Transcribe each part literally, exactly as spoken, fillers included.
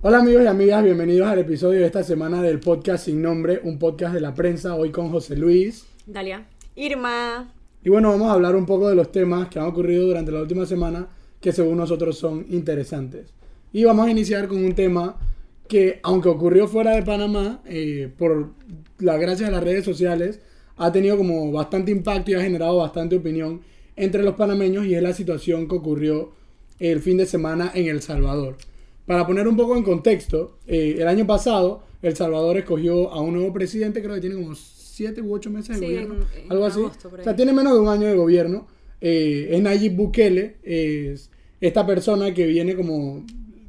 Hola amigos y amigas, bienvenidos al episodio de esta semana del podcast Sin Nombre, un podcast de la prensa, hoy con José Luis, Dalia, Irma. Y bueno, vamos a hablar un poco de los temas que han ocurrido durante la última semana que según nosotros son interesantes. Y vamos a iniciar con un tema que, aunque ocurrió fuera de Panamá, eh, por la gracia de las redes sociales, ha tenido como bastante impacto y ha generado bastante opinión entre los panameños, y es la situación que ocurrió el fin de semana en El Salvador. Para poner un poco en contexto, eh, el año pasado El Salvador escogió a un nuevo presidente, creo que tiene como siete u ocho meses de sí, gobierno, en, en algo así. agosto, O sea, tiene menos de un año de gobierno. Eh, es Nayib Bukele, es esta persona que viene como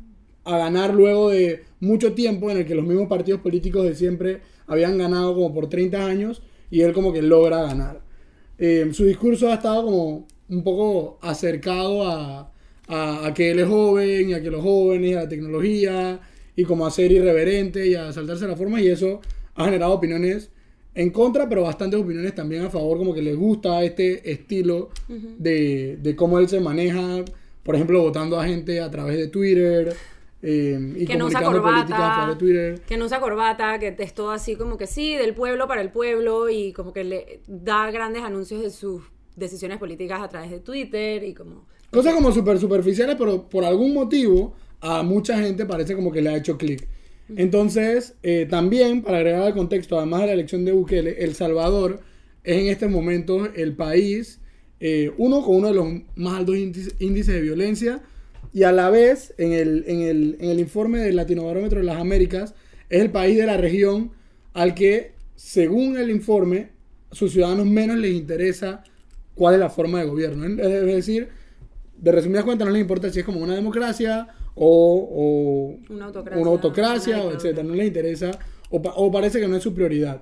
a ganar luego de mucho tiempo en el que los mismos partidos políticos de siempre habían ganado como por treinta años, y él como que logra ganar. Eh, su discurso ha estado como un poco acercado a... A, a que él es joven, y a que los jóvenes, a la tecnología, y como a ser irreverente y a saltarse las formas, y eso ha generado opiniones en contra, pero bastantes opiniones también a favor, como que les gusta este estilo uh-huh. de, de cómo él se maneja, por ejemplo, votando a gente a través de Twitter, eh, y que no usa corbata, Twitter. Que no usa corbata, que es todo así como que sí, del pueblo para el pueblo, y como que le da grandes anuncios de sus decisiones políticas a través de Twitter, y como... Cosas como súper superficiales, pero por algún motivo a mucha gente parece como que le ha hecho clic. Entonces, eh, también, para agregar al contexto, además de la elección de Bukele, El Salvador es en este momento el país, eh, uno con uno de los más altos índices, índices de violencia, y a la vez, en el, en, el, en el informe del Latinobarómetro de las Américas, es el país de la región al que, según el informe, a sus ciudadanos menos les interesa cuál es la forma de gobierno. Es decir, de resumidas cuentas, no les importa si es como una democracia o, o una autocracia, una autocracia o etcétera. No les interesa, o, o parece que no es su prioridad.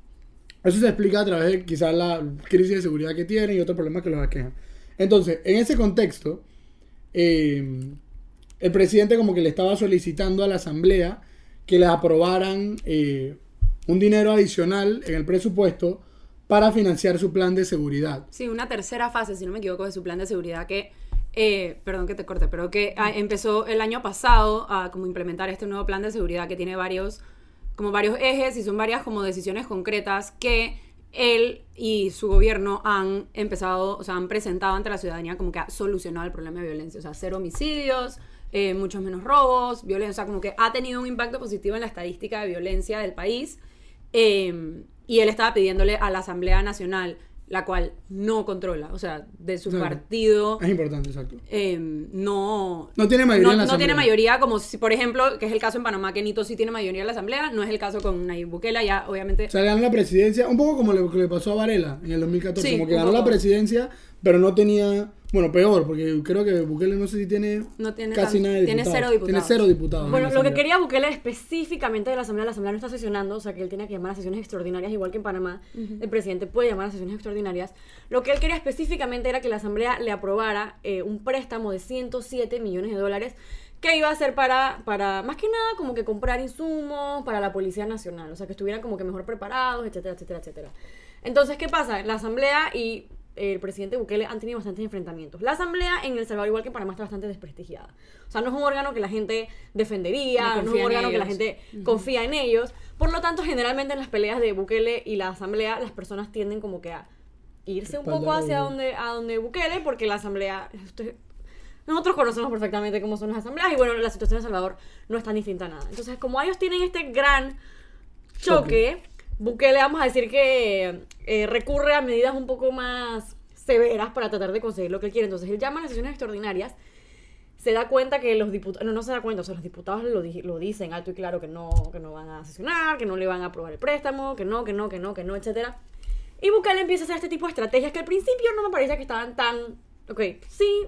Eso se explica a través de quizás la crisis de seguridad que tienen y otros problemas que los aquejan. Entonces, en ese contexto, eh, el presidente como que le estaba solicitando a la asamblea que les aprobaran eh, un dinero adicional en el presupuesto para financiar su plan de seguridad. Sí, una tercera fase, si no me equivoco, de su plan de seguridad que... Eh, perdón que te corte, pero que ah, empezó el año pasado a como implementar este nuevo plan de seguridad que tiene varios, como varios ejes, y son varias como decisiones concretas que él y su gobierno han empezado, o sea, han presentado ante la ciudadanía como que ha solucionado el problema de violencia. O sea, cero homicidios, eh, muchos menos robos, violencia, o sea, como que ha tenido un impacto positivo en la estadística de violencia del país. Eh, y él estaba pidiéndole a la Asamblea Nacional, la cual no controla, o sea, de su no, partido... Es importante, exacto. Eh, no... No tiene mayoría no, en la no Asamblea. tiene mayoría, como si, por ejemplo, que es el caso en Panamá, que Nito sí tiene mayoría en la Asamblea, no es el caso con Nayib Bukele, ya obviamente... O sea, ganó la presidencia, un poco como le, le pasó a Varela en el dos mil catorce, sí, como que ganó poco. la presidencia, pero no tenía... Bueno, peor, porque creo que Bukele no sé si tiene, no tiene casi tan, nada de tiene diputados. Cero diputados. Tiene cero diputados. Bueno, lo que quería Bukele específicamente de la Asamblea, la Asamblea no está sesionando, o sea que él tiene que llamar a sesiones extraordinarias, igual que en Panamá, uh-huh. el presidente puede llamar a sesiones extraordinarias. Lo que él quería específicamente era que la Asamblea le aprobara eh, un préstamo de ciento siete millones de dólares que iba a ser para, para, más que nada, como que comprar insumos para la Policía Nacional, o sea, que estuvieran como que mejor preparados, etcétera, etcétera, etcétera. Entonces, ¿qué pasa? La Asamblea y el presidente Bukele han tenido bastantes enfrentamientos. La Asamblea en El Salvador, igual que en Panamá, está bastante desprestigiada. O sea, no es un órgano que la gente defendería, no, no es un órgano que la gente uh-huh. confía en ellos. Por lo tanto, generalmente en las peleas de Bukele y la Asamblea, las personas tienden como que a irse un poco hacia donde, a donde Bukele, porque la Asamblea... Estoy, nosotros conocemos perfectamente cómo son las asambleas, y bueno, la situación en El Salvador no es tan distinta a nada. Entonces, como ellos tienen este gran choque... Okay. Bukele, vamos a decir que eh, recurre a medidas un poco más severas para tratar de conseguir lo que él quiere. Entonces él llama a las sesiones extraordinarias, se da cuenta que los diputados, no, no se da cuenta, o sea, los diputados lo, di- lo dicen alto y claro que no, que no van a sesionar, que no le van a aprobar el préstamo, que no, que no, que no, que no, etcétera. Y Bukele empieza a hacer este tipo de estrategias que al principio no me parecía que estaban tan... Ok, sí,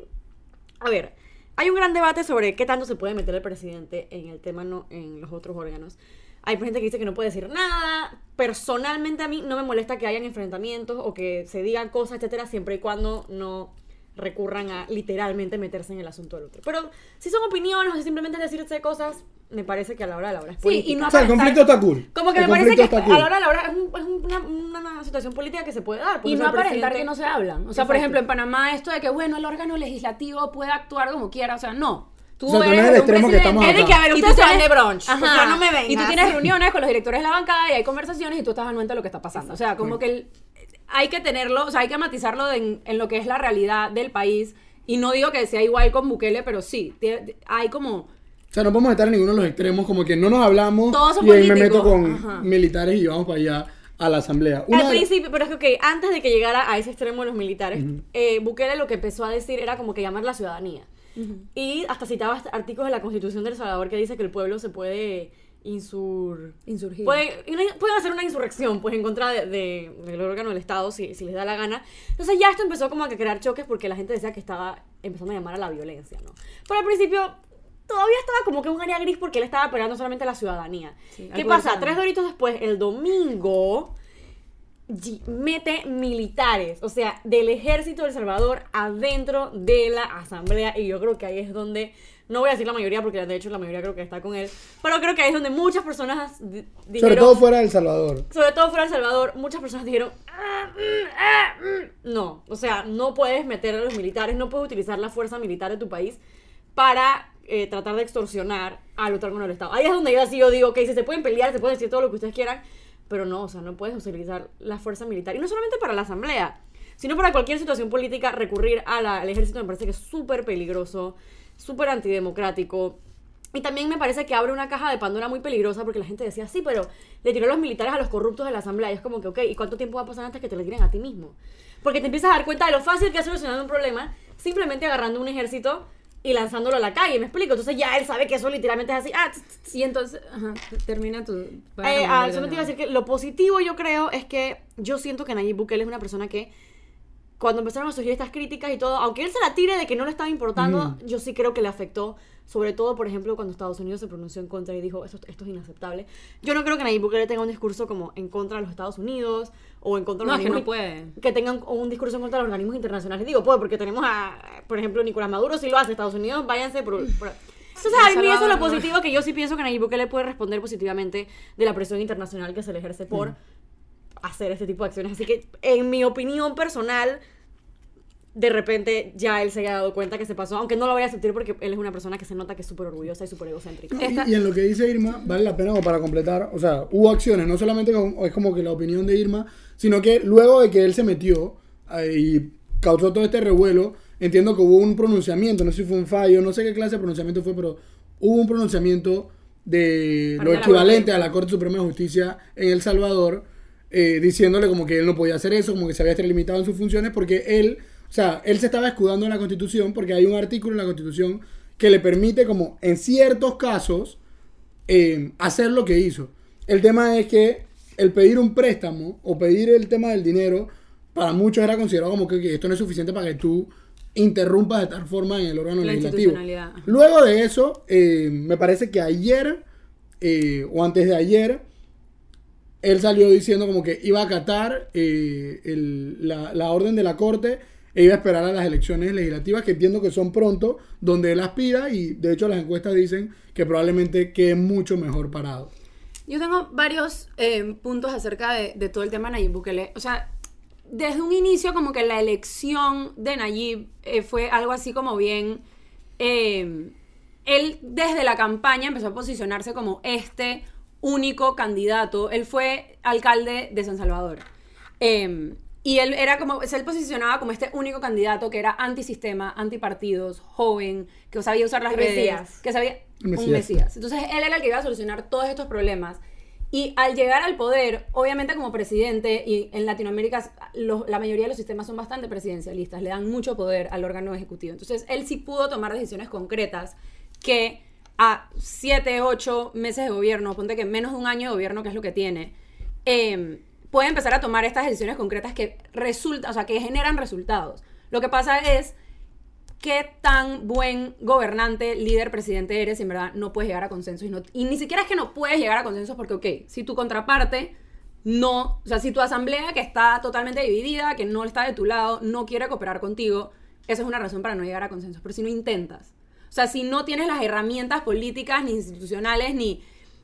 a ver, hay un gran debate sobre qué tanto se puede meter el presidente en el tema, no en los otros órganos. Hay gente que dice que no puede decir nada. Personalmente a mí no me molesta que hayan enfrentamientos o que se digan cosas, etcétera, siempre y cuando no recurran a literalmente meterse en el asunto del otro. Pero si son opiniones o si simplemente es decirse cosas, me parece que a la hora de la hora es política. Sí, y no o sea, el conflicto está cool. Como que el me parece que cool. a la hora de la hora es, un, es una, una, una situación política que se puede dar. Y no aparentar que no se hablan. O sea, Exacto. por ejemplo, en Panamá esto de que, bueno, el órgano legislativo puede actuar como quiera, o sea, no. Tú O sea, tú no eres eres el un extremo que presidente, estamos Es de que, a ver, y tú ustedes se van tienes- de brunch. Ajá. O sea, no me vengas. Y tú tienes reuniones con los directores de la bancada y hay conversaciones y tú estás anuente de lo que está pasando. O sea, como que el- hay que tenerlo, o sea, hay que matizarlo en, en lo que es la realidad del país. Y no digo que sea igual con Bukele, pero sí, tie- hay como... O sea, no podemos estar en ninguno de los extremos, como que no nos hablamos Todos son y ahí me políticos. meto con Ajá. militares y vamos para allá a la asamblea. Una Al de- principio, pero es que, ok, antes de que llegara a ese extremo de los militares, eh, Bukele lo que empezó a decir era como que llamar la ciudadanía. Y hasta citaba artículos de la Constitución de El Salvador que dice que el pueblo se puede insur... Insurgir. Puede, pueden hacer una insurrección pues en contra de, de- del órgano del Estado si, si les da la gana. Entonces ya esto empezó como a crear choques porque la gente decía que estaba empezando a llamar a la violencia, ¿no? Pero al principio todavía estaba como que un área gris porque él estaba pegando solamente a la ciudadanía. Sí, ¿Qué algo pasa? de- Tres doritos después, el domingo, G- mete militares, o sea, del ejército de El Salvador adentro de la asamblea, y yo creo que ahí es donde, no voy a decir la mayoría porque de hecho la mayoría creo que está con él, pero creo que ahí es donde muchas personas di- dijeron, Sobre todo fuera de El Salvador. sobre todo fuera de El Salvador, muchas personas dijeron, "Ah, mm, ah, mm". No, o sea, no puedes meter a los militares, no puedes utilizar la fuerza militar de tu país para eh, tratar de extorsionar al otro órgano del Estado. Ahí es donde yo así yo digo, ok, si se pueden pelear, se pueden decir todo lo que ustedes quieran, pero no, o sea, no puedes utilizar la fuerza militar. Y no solamente para la asamblea, sino para cualquier situación política, recurrir a la- al ejército me parece que es súper peligroso, súper antidemocrático. Y también me parece que abre una caja de Pandora muy peligrosa porque la gente decía, sí, pero le tiró a los militares a los corruptos de la asamblea. Y es como que, ok, ¿y cuánto tiempo va a pasar antes que te le tiren a ti mismo? Porque te empiezas a dar cuenta de lo fácil que es solucionar un problema simplemente agarrando un ejército y lanzándolo a la calle, ¿me explico? Entonces ya él sabe que eso literalmente es así. Ah, tss, tss. Y entonces, ajá, termina tu... Eh, ah, solamente iba a decir que lo positivo yo creo es que yo siento que Nayib Bukele es una persona que cuando empezaron a surgir estas críticas y todo, aunque él se la tire de que no le estaba importando, yo sí creo que le afectó, sobre todo, por ejemplo, cuando Estados Unidos se pronunció en contra y dijo, esto, esto es inaceptable. Yo no creo que Nayib Bukele tenga un discurso como en contra de los Estados Unidos o en contra de No, los es que no organismos- puede. que tengan un discurso en contra de los organismos internacionales. Digo, puede, porque tenemos a, por ejemplo, Nicolás Maduro, si lo hace Estados Unidos, váyanse por... por- Entonces, a mí eso es Salvador, lo ¿no? positivo, que yo sí pienso que Nayib Bukele puede responder positivamente de la presión internacional que se le ejerce por hacer este tipo de acciones. Así que, en mi opinión personal, de repente ya él se haya dado cuenta que se pasó, aunque no lo vaya a sentir porque él es una persona que se nota que es súper orgullosa y súper egocéntrica. No, y- Esta- y, en lo que dice Irma, vale la pena como para completar, o sea, hubo acciones, no solamente como- es como que la opinión de Irma, sino que luego de que él se metió eh, y causó todo este revuelo, entiendo que hubo un pronunciamiento, no sé si fue un fallo, no sé qué clase de pronunciamiento fue, pero hubo un pronunciamiento de Parte lo de la equivalente Corte. a la Corte Suprema de Justicia en El Salvador, eh, diciéndole como que él no podía hacer eso, como que se había extralimitado en sus funciones, porque él, o sea, él se estaba escudando en la Constitución, porque hay un artículo en la Constitución que le permite como en ciertos casos eh, hacer lo que hizo. El tema es que el pedir un préstamo o pedir el tema del dinero, para muchos era considerado como que, que esto no es suficiente para que tú interrumpas de tal forma en el órgano La legislativo. institucionalidad, ajá. Luego de eso, eh, me parece que ayer eh, o antes de ayer, él salió diciendo como que iba a acatar eh, el- la, la orden de la corte e iba a esperar a las elecciones legislativas, que entiendo que son pronto, donde él aspira, y de hecho las encuestas dicen que probablemente quede mucho mejor parado. Yo tengo varios eh, puntos acerca de, de todo el tema de Nayib Bukele. O sea, desde un inicio como que la elección de Nayib eh, fue algo así como bien... eh, él desde la campaña empezó a posicionarse como este único candidato. Él fue alcalde de San Salvador. Eh, y él era como, él posicionaba como este único candidato que era antisistema, antipartidos, joven, que sabía usar las Un redes, mesías. que sabía Un mesías. un mesías. Entonces él era el que iba a solucionar todos estos problemas. Y al llegar al poder, obviamente como presidente, y en Latinoamérica los- la mayoría de los sistemas son bastante presidencialistas, le dan mucho poder al órgano ejecutivo. Entonces él sí pudo tomar decisiones concretas que a siete, ocho meses de gobierno, ponte que menos de un año de gobierno, que es lo que tiene, eh, puede empezar a tomar estas decisiones concretas que resulta, o sea, que generan resultados. Lo que pasa es qué tan buen gobernante, líder, presidente eres, y en verdad no puedes llegar a consensos. Y, no- y ni siquiera es que no puedes llegar a consensos porque, ok, si tu contraparte no, o sea, si tu asamblea que está totalmente dividida, que no está de tu lado, no quiere cooperar contigo, eso es una razón para no llegar a consensos. Pero si no intentas, o sea, si no tienes las herramientas políticas, ni institucionales, ni,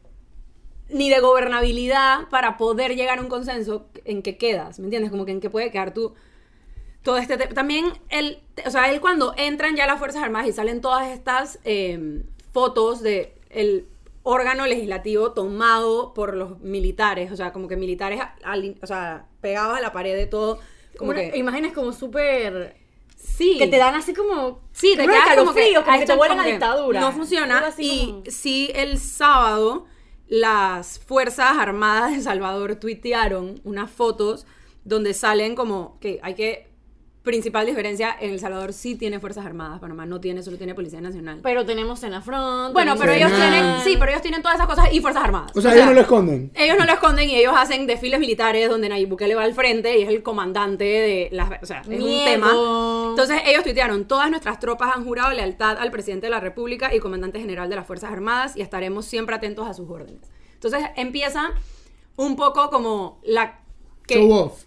ni de gobernabilidad para poder llegar a un consenso, ¿en qué quedas? ¿Me entiendes? Como que en qué puede quedar tu, todo este tema. También, él, o sea, él cuando entran ya las Fuerzas Armadas y salen todas estas eh, fotos de el órgano legislativo tomado por los militares, o sea, como que militares, al, o sea, pegados a la pared de todo. Como Una, que, imágenes como súper... sí. Que te dan así como... Sí, te unos quedas como que, escalofríos, como a que te esto vuelven a como que dictadura. No funciona. Algo así Y como- sí, el sábado las Fuerzas Armadas de Salvador tuitearon unas fotos donde salen como que hay que... Principal diferencia, en El Salvador sí tiene Fuerzas Armadas, Panamá no tiene, solo tiene Policía Nacional. Pero tenemos Senafront. Bueno, tenemos pero ellos Senat. tienen, sí, pero ellos tienen todas esas cosas y Fuerzas Armadas. O sea, ellos no lo esconden. Ellos no lo esconden y ellos hacen desfiles militares donde Nayib Bukele va al frente y es el comandante de las... O sea, es Miedo. un tema. Entonces ellos tuitearon, todas nuestras tropas han jurado lealtad al presidente de la República y comandante general de las Fuerzas Armadas y estaremos siempre atentos a sus órdenes. Entonces empieza un poco como la... que- Show off.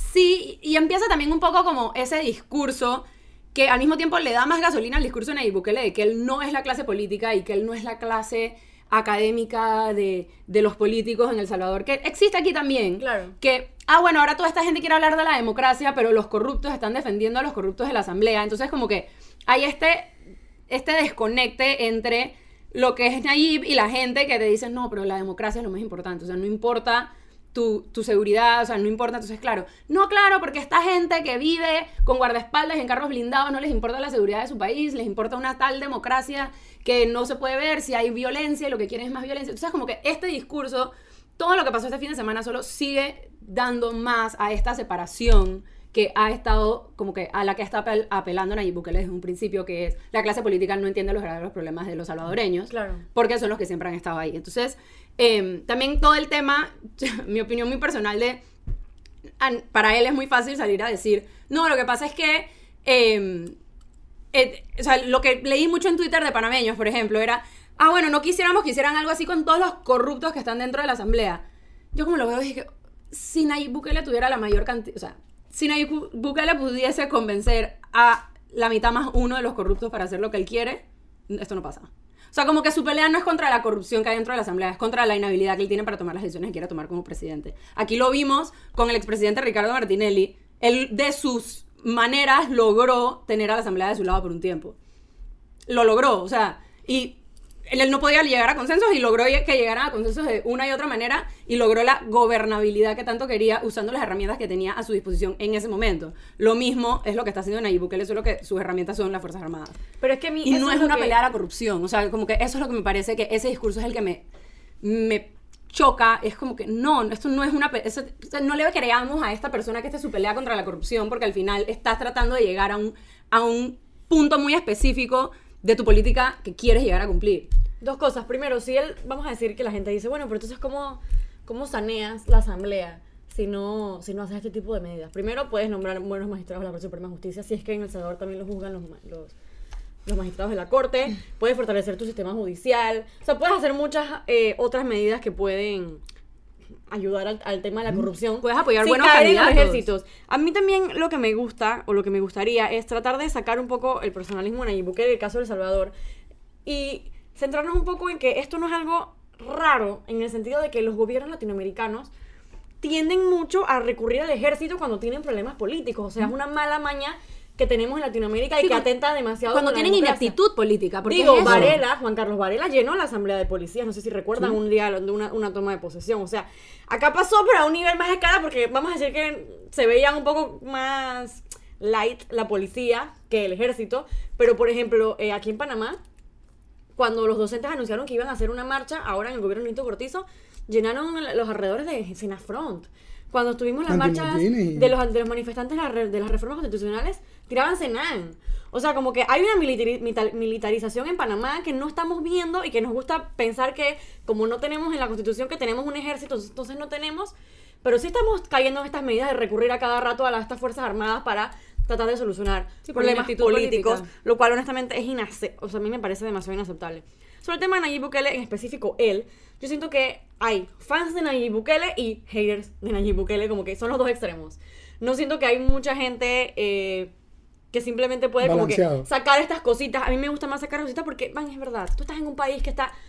Sí, y empieza también un poco como ese discurso que al mismo tiempo le da más gasolina al discurso de Nayib Bukele de que él no es la clase política y que él no es la clase académica de, de los políticos en El Salvador, que existe aquí también. Claro. Que, ah, bueno, ahora toda esta gente quiere hablar de la democracia, pero los corruptos están defendiendo a los corruptos de la asamblea. Entonces, como que hay este, este desconecte entre lo que es Nayib y la gente que te dicen, no, pero la democracia es lo más importante. O sea, no importa tu, tu seguridad, o sea, no importa. Entonces, claro, no, claro, porque esta gente que vive con guardaespaldas y en carros blindados no les importa la seguridad de su país, les importa una tal democracia que no se puede ver si hay violencia y lo que quieren es más violencia. Entonces, como que este discurso, todo lo que pasó este fin de semana solo sigue dando más a esta separación que ha estado, como que a la que está apel- apelando Nayib Bukele desde un principio, que es la clase política no entiende los verdaderos problemas de los salvadoreños, Claro. porque son los que siempre han estado ahí. Entonces, eh, también todo el tema, mi opinión muy personal de, an- para él es muy fácil salir a decir, no, lo que pasa es que, eh, eh, o sea, lo que leí mucho en Twitter de panameños, por ejemplo, era, ah, bueno, no quisiéramos que hicieran algo así con todos los corruptos que están dentro de la asamblea. Yo como lo veo dije, si Nayib Bukele tuviera la mayor cantidad, o sea, si Nayib Bu- Bukele pudiese convencer a la mitad más uno de los corruptos para hacer lo que él quiere, esto no pasa. O sea, como que su pelea no es contra la corrupción que hay dentro de la asamblea, es contra la inhabilidad que él tiene para tomar las decisiones que quiere tomar como presidente. Aquí lo vimos con el expresidente Ricardo Martinelli. Él, de sus maneras, logró tener a la asamblea de su lado por un tiempo. Lo logró, o sea, y él, él no podía llegar a consensos y logró que llegaran a consensos de una y otra manera y logró la gobernabilidad que tanto quería usando las herramientas que tenía a su disposición en ese momento. Lo mismo es lo que está haciendo Nayib Bukele, solo que sus herramientas son las Fuerzas Armadas. Pero es que a mí Y eso no es lo una que- pelea a la corrupción, o sea, como que eso es lo que me parece que ese discurso es el que me, me choca, es como que no, esto no es una pe- eso- o sea, no le creamos a esta persona que esta es su pelea contra la corrupción, porque al final estás tratando de llegar a un, a un punto muy específico de tu política que quieres llegar a cumplir. Dos cosas. Primero, si él, vamos a decir que la gente dice, bueno, pero entonces, ¿cómo, cómo saneas la asamblea si no, si no haces este tipo de medidas? Primero, puedes nombrar buenos magistrados de la Corte Suprema de Justicia, si es que en El Salvador también lo juzgan los, ma- los, los magistrados de la Corte. Puedes fortalecer tu sistema judicial. O sea, puedes hacer muchas eh, otras medidas que pueden ayudar al, al tema de la corrupción. Puedes apoyar sin buenos caer en los candidatos. ejércitos. A mí también lo que me gusta, o lo que me gustaría, es tratar de sacar un poco el personalismo de Nayib Bukele del caso de El Salvador y centrarnos un poco en que esto no es algo raro, en el sentido de que los gobiernos latinoamericanos tienden mucho a recurrir al ejército cuando tienen problemas políticos. O sea, es una mala maña que tenemos en Latinoamérica y Sí, que cuando- atenta demasiado Cuando contra la tienen democracia. ineptitud política, porque Digo, es eso. Varela, Juan Carlos Varela llenó la asamblea de policías, no sé si recuerdan un día de una, una toma de posesión, o sea, acá pasó pero a un nivel más escala porque vamos a decir que se veían un poco más light la policía que el ejército, pero por ejemplo, eh, aquí en Panamá, cuando los docentes anunciaron que iban a hacer una marcha, ahora en el gobierno de Nito Cortizo, llenaron los alrededores de Senafront. Cuando tuvimos las marchas Antimotines y- de los, de los manifestantes de, la re- de las reformas constitucionales, tiraban Senan. O sea, como que hay una militari- mital- militarización en Panamá que no estamos viendo y que nos gusta pensar que como no tenemos en la Constitución que tenemos un ejército, entonces no tenemos, pero sí estamos cayendo en estas medidas de recurrir a cada rato a las, estas Fuerzas Armadas para tratar de solucionar Sí, por problemas ineptitud políticos, política. lo cual honestamente es inaceptable, o sea, a mí me parece demasiado inaceptable. Sobre el tema de Nayib Bukele, en específico él, yo siento que hay fans de Nayib Bukele y haters de Nayib Bukele, como que son los dos extremos. No siento que hay mucha gente eh, que simplemente puede como que Balanceado. sacar estas cositas. A mí me gusta más sacar cositas porque, man, es verdad, tú estás en un país que está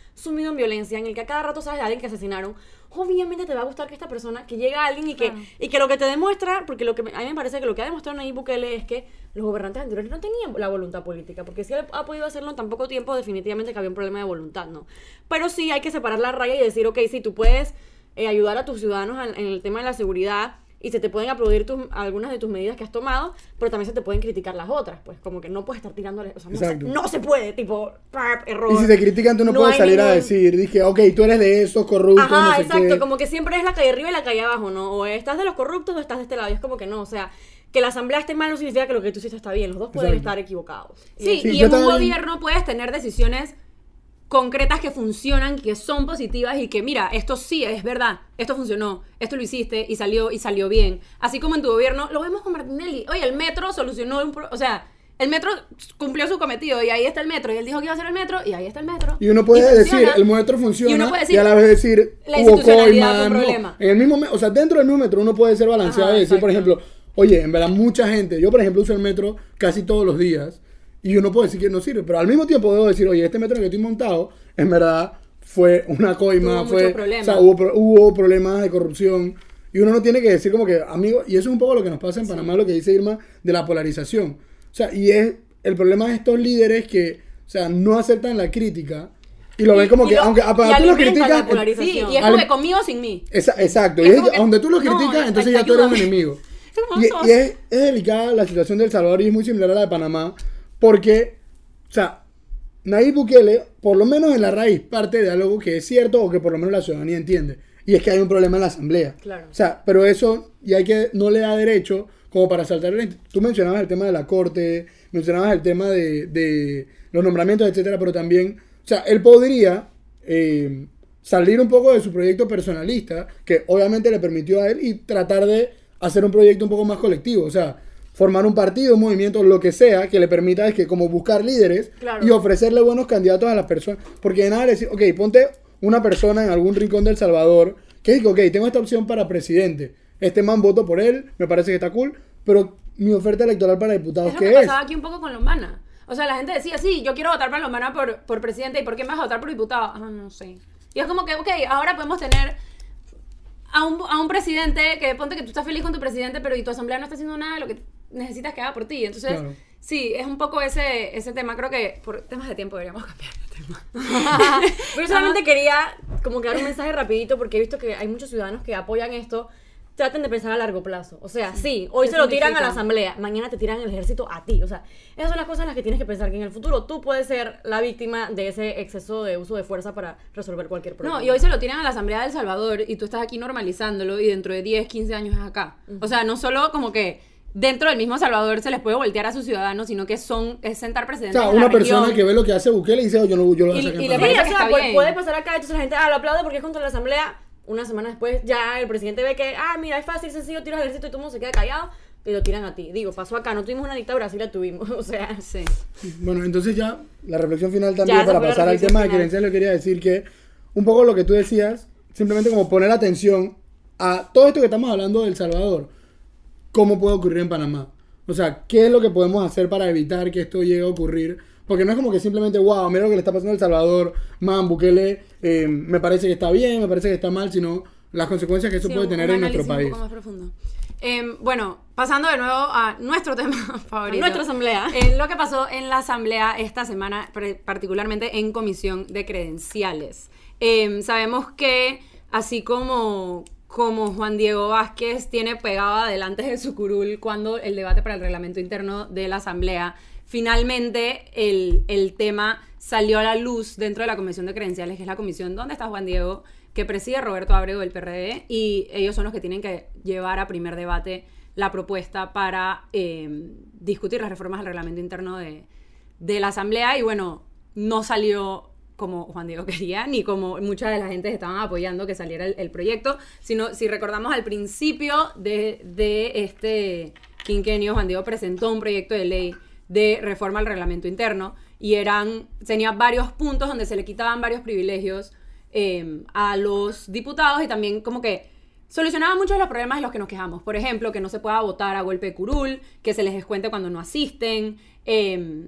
sumido en violencia, en el que a cada rato sabes de alguien que asesinaron, obviamente te va a gustar que esta persona, que llega alguien y que, Claro. y que lo que te demuestra, porque lo que me- a mí me parece que lo que ha demostrado Nayib Bukele es que los gobernantes anteriores no tenían la voluntad política, porque si él ha podido hacerlo en tan poco tiempo, definitivamente que había un problema de voluntad, ¿no? Pero sí hay que separar la raya y decir, ok, sí, tú puedes eh, ayudar a tus ciudadanos en, en el tema de la seguridad, y se te pueden aplaudir tus, algunas de tus medidas que has tomado, pero también se te pueden criticar las otras, pues como que no puedes estar tirándole, o sea, no se, Exacto. no se puede, tipo, ¡pap! Error. Y si te critican, tú no, No puedes hay salir a ningún- decir, dije, ok, tú eres de esos corruptos, Ajá, no sé exacto, qué. como que siempre es la calle arriba y la calle abajo, ¿no? O estás de los corruptos o estás de este lado, y es como que no, o sea, que la asamblea esté mal no significa que lo que tú hiciste está bien, los dos pueden Exacto. estar equivocados. Sí, Sí, y yo en un también- gobierno puedes tener decisiones concretas que funcionan, que son positivas y que, mira, esto sí es verdad, esto funcionó, esto lo hiciste y salió y salió bien. Así como en tu gobierno, lo vemos con Martinelli. Oye, el metro solucionó un... Pro- o sea, el metro cumplió su cometido y ahí está el metro. Y él dijo que iba a hacer el metro y ahí está el metro. Y uno puede decir, funciona. el metro funciona, Y y, uno puede decir, a la vez decir, la hubo institucionalidad fue un coima, no. problema. En el mismo, me- o sea, dentro del mismo metro uno puede ser balanceado Ajá, y decir, por exacto. ejemplo, oye, en verdad mucha gente, yo por ejemplo uso el metro casi todos los días, y uno puede decir que no sirve, pero al mismo tiempo debo decir, oye, este metro en el que estoy montado, en verdad fue una coima, Tuvo fue, muchos problemas. o sea, hubo, pro- hubo problemas de corrupción, y uno no tiene que decir como que, amigo, y eso es un poco lo que nos pasa en Panamá, lo que dice Irma, de la polarización. O sea, y es el problema de estos líderes que, o sea, no aceptan la crítica, y lo Y- ven como y que, lo- aunque a- y tú lo alimentan criticas, la el- polarización. Sí, y es Al- como que conmigo o sin mí. Esa- exacto, Es y es, como que- donde tú lo no, criticas, entonces ay- ya tú eres un ayúdame. enemigo. ¿Cómo Y, sos? y es, es delicada la situación de El Salvador y es muy similar a la de Panamá, porque, o sea, Nayib Bukele, por lo menos en la raíz, parte de algo que es cierto o que por lo menos la ciudadanía entiende, y es que hay un problema en la asamblea. Claro. O sea, pero eso, y hay que, no le da derecho como para saltar el... Tú mencionabas el tema de la corte, mencionabas el tema de, de los nombramientos, etcétera, pero también, o sea, él podría eh, salir un poco de su proyecto personalista, que obviamente le permitió a él, y tratar de hacer un proyecto un poco más colectivo, o sea, formar un partido, un movimiento, lo que sea, que le permita es que como buscar líderes Claro. y ofrecerle buenos candidatos a las personas, porque de nada le decir, ok, ponte una persona en algún rincón de El Salvador que diga, ok, tengo esta opción para presidente, este man voto por él, me parece que está cool, pero mi oferta electoral para diputados, Es lo ¿qué que es? pasaba aquí un poco con Lombana. O sea, la gente decía, sí, yo quiero votar para Lombana por, por presidente. ¿Y por qué me vas a votar por diputado? Ah, no sé. Y es como que, ok, ahora podemos tener a un, a un presidente que ponte que tú estás feliz con tu presidente, pero y tu asamblea no está haciendo nada de lo que necesitas que haga por ti. Entonces, Claro. sí, es un poco ese, ese tema. Creo que por temas de tiempo deberíamos cambiar de tema. Pero yo solamente quería como que dar un mensaje rapidito porque he visto que hay muchos ciudadanos que apoyan esto. Traten de pensar a largo plazo. O sea, sí, hoy ¿Qué se lo tiran a la significa? asamblea, mañana te tiran el ejército a ti. O sea, esas son las cosas en las que tienes que pensar, que en el futuro tú puedes ser la víctima de ese exceso de uso de fuerza para resolver cualquier problema. No, y hoy se lo tiran a la Asamblea de El Salvador y tú estás aquí normalizándolo y dentro de diez, quince años es acá. O sea, no solo como que dentro del mismo Salvador se les puede voltear a sus ciudadanos, sino que son, es sentar O presidentes sea, de la una persona región. que ve lo que hace Bukele y dice, oh, yo, no, yo lo voy a Y- sacar y para le adelante. Sí, o parece que sea, está pu- bien. puede pasar acá, entonces la gente, ah, lo aplaude porque es contra la asamblea. Una semana después ya el presidente ve que, ah, mira, es fácil, sencillo, tiras al ejército y todo el mundo se queda callado y lo tiran a ti. Digo, pasó acá, no tuvimos una dictadura, sí la tuvimos, o sea... Sí. Bueno, entonces ya la reflexión final también Ya, esa para fue la pasar al reflexión tema de final. creencias, le quería decir que un poco lo que tú decías, simplemente como poner atención a todo esto que estamos hablando de El Salvador, cómo puede ocurrir en Panamá. O sea, qué es lo que podemos hacer para evitar que esto llegue a ocurrir. Porque no es como que simplemente, wow, mira lo que le está pasando a El Salvador, man, Bukele, eh, me parece que está bien, me parece que está mal, sino las consecuencias que eso Sí, puede un- tener un en nuestro análisis país. un poco más profundo. Em, bueno, pasando de nuevo a nuestro tema favorito. nuestra asamblea. En lo que pasó en la asamblea esta semana, pre- particularmente en comisión de credenciales. Em, sabemos que así como, como Juan Diego Vázquez tiene pegado adelante de su curul cuando el debate para el reglamento interno de la asamblea, finalmente el, el tema salió a la luz dentro de la comisión de credenciales, que es la comisión donde está Juan Diego, que preside Roberto Abreu del P R D, y ellos son los que tienen que llevar a primer debate la propuesta para eh, discutir las reformas al reglamento interno de, de la asamblea. Y bueno, no salió como Juan Diego quería, ni como mucha de la gente estaban apoyando que saliera el, el proyecto, sino si recordamos al principio de, de este quinquenio, Juan Diego presentó un proyecto de ley de reforma al reglamento interno y eran, tenía varios puntos donde se le quitaban varios privilegios eh, a los diputados y también como que solucionaba muchos de los problemas de los que nos quejamos. Por ejemplo, que no se pueda votar a golpe de curul, que se les descuente cuando no asisten, eh,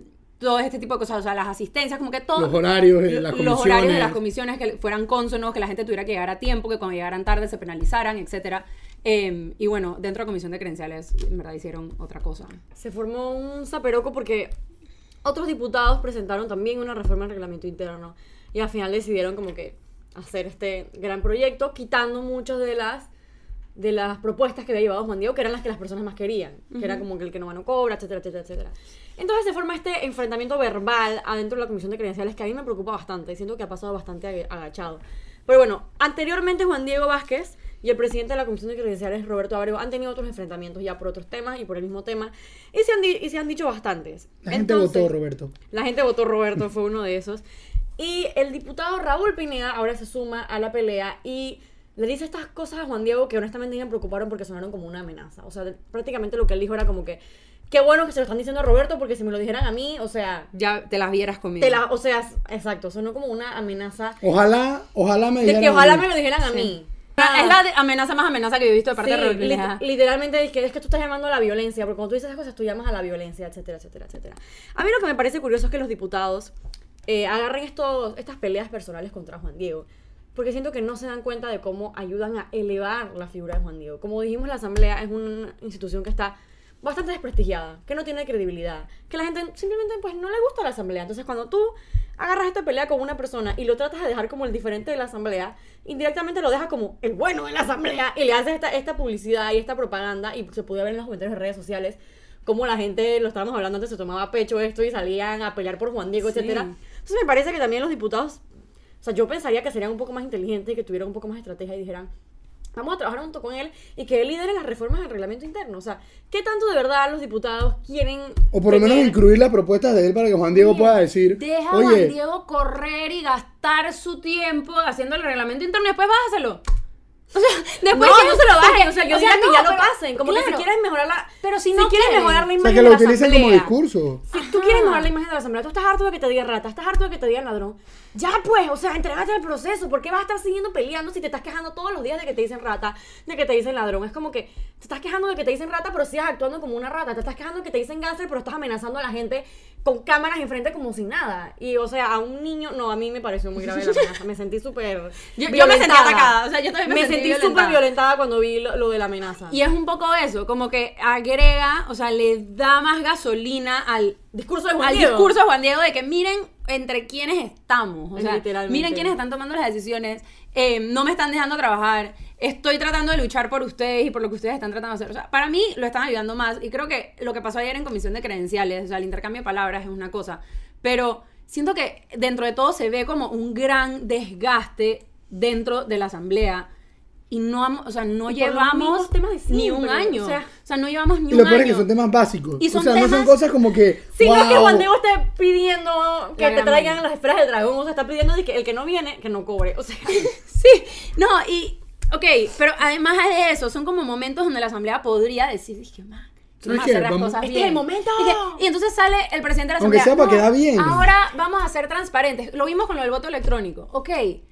todo este tipo de cosas, o sea, las asistencias, como que todo. Los horarios de las comisiones. Los horarios de las comisiones que fueran cónsonos, que la gente tuviera que llegar a tiempo, que cuando llegaran tarde se penalizaran, etcétera. Eh, y bueno, dentro de la comisión de credenciales, en verdad hicieron otra cosa. Se formó un zaperoco porque otros diputados presentaron también una reforma al reglamento interno y al final decidieron como que hacer este gran proyecto, quitando muchas de las de las propuestas que había llevado Juan Diego, que eran las que las personas más querían, uh-huh. que era como que el que no va no cobra, etcétera, etcétera, etcétera. Entonces se forma este enfrentamiento verbal adentro de la comisión de credenciales que a mí me preocupa bastante, siento que ha pasado bastante agachado. Pero bueno, anteriormente Juan Diego Vázquez y el presidente de la comisión de credenciales, Roberto Abreu, han tenido otros enfrentamientos ya por otros temas y por el mismo tema, y se han, di- y se han dicho bastantes. La gente Entonces, votó Roberto. La gente votó Roberto, fue uno de esos. Y el diputado Raúl Pineda ahora se suma a la pelea y le dice estas cosas a Juan Diego que honestamente me preocuparon porque sonaron como una amenaza. O sea, de- prácticamente lo que él dijo era como que qué bueno que se lo están diciendo a Roberto porque si me lo dijeran a mí, o sea, Ya te las vieras conmigo. te la, o sea, exacto, sonó como una amenaza Ojalá, ojalá me de dijeran. que ojalá a mí. me lo dijeran a Sí. mí. Es la de- amenaza más amenaza que yo he visto de parte Sí, de Raúl lit- Pineda. literalmente es que, es que tú estás llamando a la violencia, porque cuando tú dices esas cosas tú llamas a la violencia, etcétera, etcétera, etcétera. A mí lo que me parece curioso es que los diputados eh, agarren estos, estas peleas personales contra Juan Diego, porque siento que no se dan cuenta de cómo ayudan a elevar la figura de Juan Diego. Como dijimos, la Asamblea es una institución que está bastante desprestigiada, que no tiene credibilidad, que la gente simplemente pues no le gusta la Asamblea. Entonces cuando tú agarras esta pelea con una persona y lo tratas de dejar como el diferente de la Asamblea, indirectamente lo dejas como el bueno de la Asamblea y le haces esta, esta publicidad y esta propaganda, y se puede ver en los comentarios de redes sociales como la gente, lo estábamos hablando antes, se tomaba a pecho esto y salían a pelear por Juan Diego, Sí. etcétera. Entonces me parece que también los diputados, o sea, yo pensaría que serían un poco más inteligentes y que tuvieran un poco más de estrategia y dijeran, vamos a trabajar junto con él y que él lidere las reformas del reglamento interno. O sea, ¿qué tanto de verdad los diputados quieren O por lo menos tener- incluir las propuestas de él para que Juan Diego Oye, pueda decir, Deja a oye, Juan Diego correr y gastar su tiempo haciendo el reglamento interno y después bájaselo. O sea, después No, que no se lo bajen, porque- o sea, yo o diría que no, ya lo pero- pasen, como que claro. si quieres mejorar la... Pero si si no quieres quieren. mejorar la o imagen sea, que de lo la utilicen como asamblea, discurso. si tú quieres mejorar la imagen de la asamblea, tú estás harto de que te digan rata, estás harto de que te digan ladrón, ya pues, o sea, entrégate al proceso. ¿Por qué vas a estar siguiendo peleando si te estás quejando todos los días de que te dicen rata, de que te dicen ladrón? Es como que te estás quejando de que te dicen rata, pero sigues actuando como una rata. Te estás quejando de que te dicen cáncer, pero estás amenazando a la gente con cámaras enfrente como si nada. Y, o sea, a un niño, no, a mí me pareció muy grave la amenaza. Me sentí súper Yo- yo me sentí violentada. atacada, o sea, yo también me me sentí sentí violentada. súper violentada cuando vi lo, lo de la amenaza. Y es un poco eso, como que agrega, o sea, le da más gasolina al discurso de Juan al Diego. discurso de Juan Diego de que miren entre quiénes estamos, o sea, Literalmente. miren quiénes están tomando las decisiones, eh, no me están dejando trabajar, estoy tratando de luchar por ustedes y por lo que ustedes están tratando de hacer. O sea, para mí lo están ayudando más y creo que lo que pasó ayer en comisión de credenciales, o sea, el intercambio de palabras es una cosa, pero siento que dentro de todo se ve como un gran desgaste dentro de la asamblea. Y no, am- o sea, no Y por los llevamos mismos temas de ni siempre, un año. o O sea, sea, no llevamos ni Y un lo peor es año. que son temas básicos. Y son o sea, no son temas- cosas como que. Sí, no es que wow. Juan Diego esté pidiendo que La te gran traigan mayoría. las esferas del dragón, o sea, está pidiendo de que el que no viene, que no cobre. O sea, Sí, no, y, ok, pero además de eso, son como momentos donde la asamblea podría decir, dije, man, ¿Sabes vamos a qué? hacer las Vamos- cosas Este bien. es el momento. Y, que- y entonces sale el presidente de la Aunque asamblea. sea para "No, quedar bien". Ahora vamos a ser transparentes. Lo vimos con lo del voto electrónico. Ok,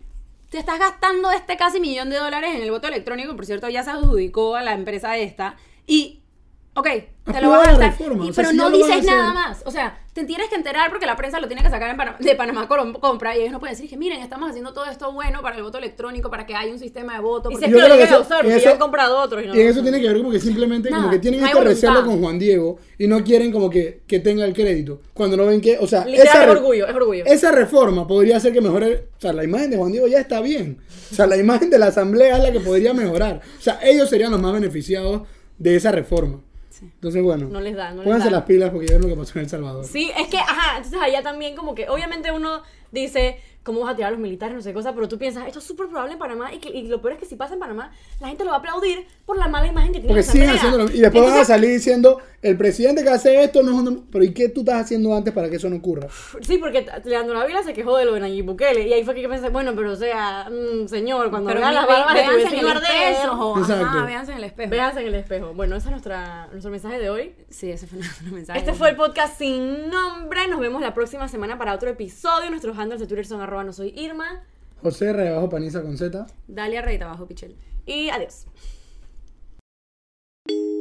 te estás gastando este casi millón de dólares en el voto electrónico, por cierto, ya se adjudicó a la empresa esta, y, ok, te lo vas a Aprueba la gastar, reforma, y- o sea, pero si no ya lo van a dices hacer. nada más. O sea, te tienes que enterar porque la prensa lo tiene que sacar en Panamá- de Panamá Colom- Compra, y ellos no pueden decir que miren, estamos haciendo todo esto bueno para el voto electrónico, para que haya un sistema de voto. y porque- si es Yo que lo creo que llegan a eso- usar, porque eso- ya han comprado otros. Y, no Y en lo eso usan. tiene que ver como que simplemente Nada, como que tienen no hay este voluntad. recelo con Juan Diego y no quieren como que, que tenga el crédito. Cuando no ven que, o sea, Literal, esa, es re- orgullo, es orgullo. esa reforma podría hacer que mejore, o sea, la imagen de Juan Diego ya está bien. O sea, la imagen de la asamblea es la que podría mejorar. O sea, ellos serían los más beneficiados de esa reforma. Entonces, bueno, No les da, no les pónganse da. las pilas porque ya ven lo que pasó en El Salvador. Sí, es que, ajá, entonces allá también como que, obviamente uno dice, ¿cómo vas a tirar a los militares? No sé qué cosa, pero tú piensas, esto es súper probable en Panamá y, que, y lo peor es que si pasa en Panamá, la gente lo va a aplaudir por la mala imagen que tiene Porque la siguen asamblea. haciéndolo. Y después van a Entonces, salir diciendo, el presidente que hace esto no es un... Pero ¿y qué tú estás haciendo antes para que eso no ocurra? Sí, porque Leandro Ávila se quejó de lo de Nayib Bukele y ahí fue que yo pensé, bueno, pero o sea, mm, señor, cuando Pero vean las ve- barbas de tu véanse en vecino el espejo. arder, Exacto. Ajá, véanse en el espejo. véanse en el espejo. Bueno, ese es nuestra, nuestro mensaje de hoy. Sí, ese fue nuestro mensaje. Este fue el podcast sin nombre. Nos vemos la próxima semana para otro episodio. Nuestros handles de Twitter son arroba no soy Irma. José Rebajo Paniza con Z. Dalia Reyta Bajo Pichel. Y adiós.